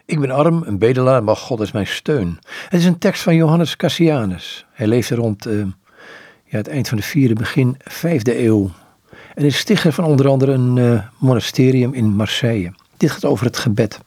Ik ben arm, een bedelaar, maar God is mijn steun. Het is een tekst van Johannes Cassianus. Hij leefde rond het eind van de 4e, begin 5e eeuw. En is stichter van onder andere een monasterium in Marseille. Dit gaat over het gebed.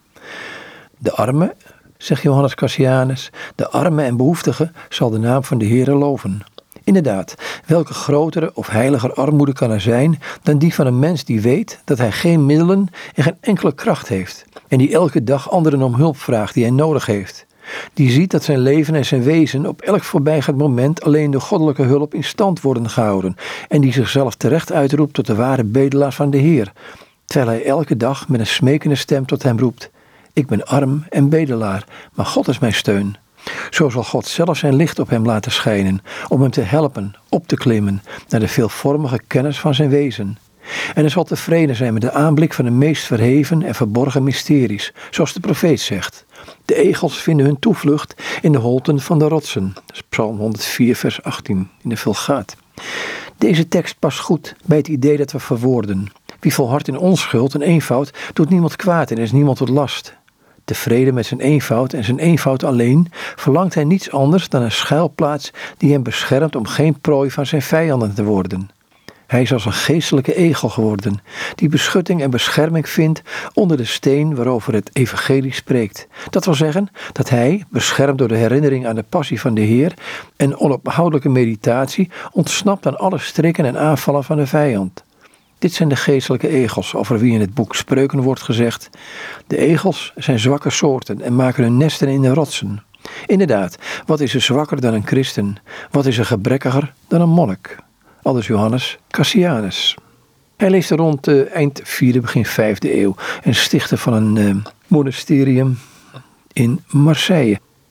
De arme, zegt Johannes Cassianus, de arme en behoeftige zal de naam van de Heere loven. Inderdaad, welke grotere of heiliger armoede kan er zijn dan die van een mens die weet dat hij geen middelen en geen enkele kracht heeft en die elke dag anderen om hulp vraagt die hij nodig heeft. Die ziet dat zijn leven en zijn wezen op elk voorbijgaand moment alleen door goddelijke hulp in stand worden gehouden en die zichzelf terecht uitroept tot de ware bedelaar van de Heer, terwijl hij elke dag met een smekende stem tot hem roept: ik ben arm en bedelaar, maar God is mijn steun. Zo zal God zelf zijn licht op hem laten schijnen, om hem te helpen op te klimmen naar de veelvormige kennis van zijn wezen. En hij zal tevreden zijn met de aanblik van de meest verheven en verborgen mysteries, zoals de profeet zegt. De egels vinden hun toevlucht in de holten van de rotsen. Dat is Psalm 104 vers 18 in de Vulgaat. Deze tekst past goed bij het idee dat we verwoorden. Wie volhardt in onschuld en eenvoud, doet niemand kwaad en is niemand tot last. Tevreden met zijn eenvoud en zijn eenvoud alleen, verlangt hij niets anders dan een schuilplaats die hem beschermt om geen prooi van zijn vijanden te worden. Hij is als een geestelijke egel geworden, die beschutting en bescherming vindt onder de steen waarover het evangelie spreekt. Dat wil zeggen dat hij, beschermd door de herinnering aan de passie van de Heer en onophoudelijke meditatie, ontsnapt aan alle strikken en aanvallen van de vijand. Dit zijn de geestelijke egels, over wie in het boek Spreuken wordt gezegd: de egels zijn zwakke soorten en maken hun nesten in de rotsen. Inderdaad, wat is er zwakker dan een christen? Wat is er gebrekkiger dan een monnik? Aldus Johannes Cassianus. Hij leefde rond eind 4e, begin 5e eeuw en stichter van een monasterium in Marseille.